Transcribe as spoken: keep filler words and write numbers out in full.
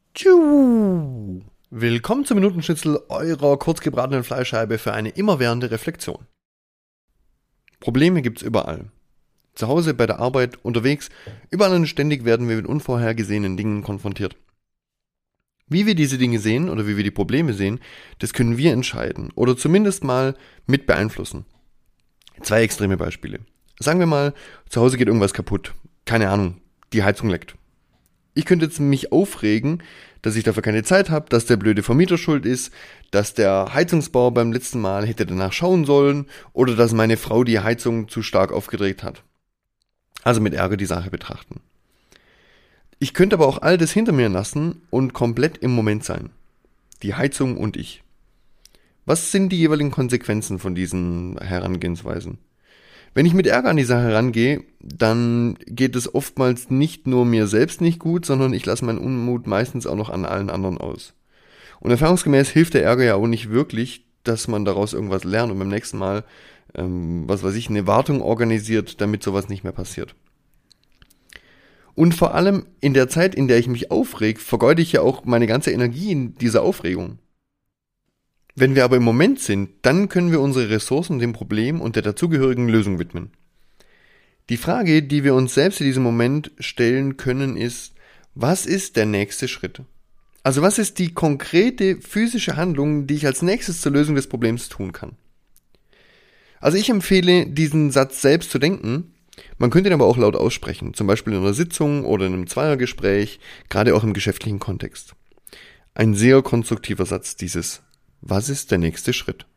Tschu. Willkommen zum Minutenschnitzel eurer kurzgebratenen Fleischscheibe für eine immerwährende Reflexion. Probleme gibt's überall. Zu Hause, bei der Arbeit, unterwegs, überall und ständig werden wir mit unvorhergesehenen Dingen konfrontiert. Wie wir diese Dinge sehen oder wie wir die Probleme sehen, das können wir entscheiden oder zumindest mal mit beeinflussen. Zwei extreme Beispiele. Sagen wir mal, zu Hause geht irgendwas kaputt. Keine Ahnung, die Heizung leckt. Ich könnte jetzt mich aufregen, dass ich dafür keine Zeit habe, dass der blöde Vermieter schuld ist, dass der Heizungsbauer beim letzten Mal hätte danach schauen sollen oder dass meine Frau die Heizung zu stark aufgedreht hat. Also mit Ärger die Sache betrachten. Ich könnte aber auch all das hinter mir lassen und komplett im Moment sein. Die Heizung und ich. Was sind die jeweiligen Konsequenzen von diesen Herangehensweisen? Wenn ich mit Ärger an die Sache rangehe, dann geht es oftmals nicht nur mir selbst nicht gut, sondern ich lasse meinen Unmut meistens auch noch an allen anderen aus. Und erfahrungsgemäß hilft der Ärger ja auch nicht wirklich, dass man daraus irgendwas lernt und beim nächsten Mal, ähm, was weiß ich, eine Wartung organisiert, damit sowas nicht mehr passiert. Und vor allem in der Zeit, in der ich mich aufreg, vergeude ich ja auch meine ganze Energie in dieser Aufregung. Wenn wir aber im Moment sind, dann können wir unsere Ressourcen dem Problem und der dazugehörigen Lösung widmen. Die Frage, die wir uns selbst in diesem Moment stellen können, ist, was ist der nächste Schritt? Also was ist die konkrete physische Handlung, die ich als nächstes zur Lösung des Problems tun kann? Also ich empfehle, diesen Satz selbst zu denken. Man könnte ihn aber auch laut aussprechen, zum Beispiel in einer Sitzung oder in einem Zweiergespräch, gerade auch im geschäftlichen Kontext. Ein sehr konstruktiver Satz, dieses: Was ist der nächste Schritt?